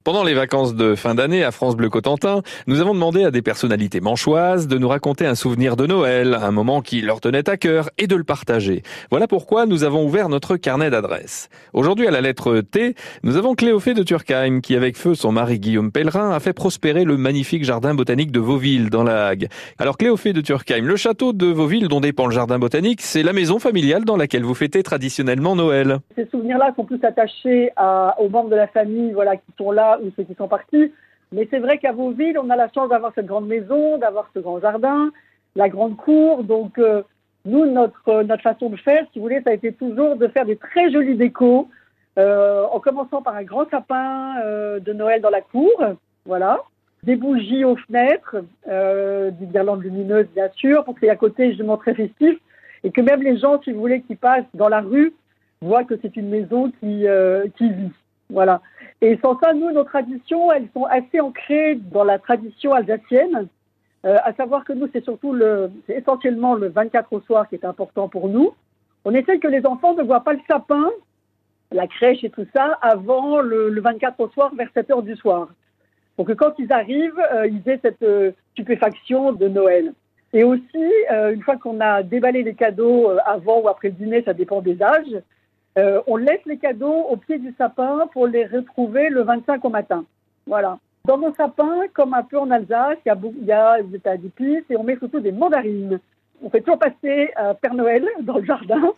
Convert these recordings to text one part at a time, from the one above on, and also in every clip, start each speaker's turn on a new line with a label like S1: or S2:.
S1: Pendant les vacances de fin d'année à France Bleu Cotentin, nous avons demandé à des personnalités manchoises de nous raconter un souvenir de Noël, un moment qui leur tenait à cœur et de le partager. Voilà pourquoi nous avons ouvert notre carnet d'adresses. Aujourd'hui, à la lettre T, nous avons Cléophée de Turckheim qui, avec feu son mari Guillaume Pellerin, a fait prospérer le magnifique jardin botanique de Vauville dans la Hague. Alors Cléophée de Turckheim, le château de Vauville dont dépend le jardin botanique, c'est la maison familiale dans laquelle vous fêtez traditionnellement Noël.
S2: Ces souvenirs-là sont plus attachés aux membres de la famille qui sont là ou ceux qui sont partis. Mais c'est vrai qu'à Vauville, on a la chance d'avoir cette grande maison, d'avoir ce grand jardin, la grande cour. Donc nous, notre façon de faire, si vous voulez, ça a été toujours de faire des très jolis décos, en commençant par un grand sapin de Noël dans la cour, voilà. Des bougies aux fenêtres, des guirlandes lumineuses bien sûr, pour que c'est à côté justement très festif et que même les gens, si vous voulez, qui passent dans la rue voient que c'est une maison qui vit. Voilà. Et sans ça, nous, nos traditions, elles sont assez ancrées dans la tradition alsacienne, à savoir que nous, c'est essentiellement le 24 au soir qui est important pour nous. On essaie que les enfants ne voient pas le sapin, la crèche et tout ça, avant le 24 au soir, vers 7 heures du soir. Pour que quand ils arrivent, ils aient cette stupéfaction de Noël. Et aussi, une fois qu'on a déballé les cadeaux avant ou après le dîner, ça dépend des âges, on laisse les cadeaux au pied du sapin pour les retrouver le 25 au matin. Voilà. Dans mon sapin, comme un peu en Alsace, il y a des tas d'épices et on met surtout des mandarines. On fait toujours passer Père Noël dans le jardin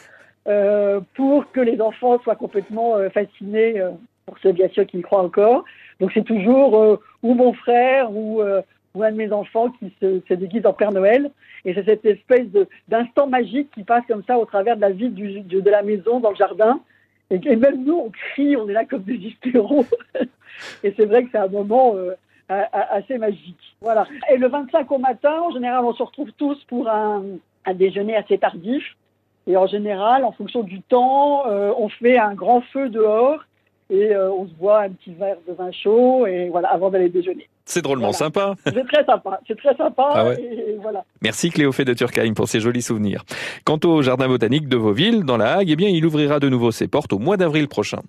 S2: pour que les enfants soient complètement fascinés, pour ceux bien sûr qui y croient encore. Donc c'est toujours ou mon frère ou un de mes enfants qui se déguise en Père Noël. Et c'est cette espèce d'instant magique qui passe comme ça au travers de la vie de la maison, dans le jardin. Et même nous, on crie, on est là comme des hystéraux. Et c'est vrai que c'est un moment assez magique. Voilà. Et le 25 au matin, en général, on se retrouve tous pour un déjeuner assez tardif. Et en général, en fonction du temps, on fait un grand feu dehors et on se boit un petit verre de vin chaud et voilà, avant d'aller déjeuner.
S1: C'est drôlement sympa.
S2: C'est très sympa.
S1: Ah ouais.
S2: Et voilà.
S1: Merci Cléophée de Turckheim pour ces jolis souvenirs. Quant au jardin botanique de Vauville, dans la Hague, eh bien, il ouvrira de nouveau ses portes au mois d'avril prochain.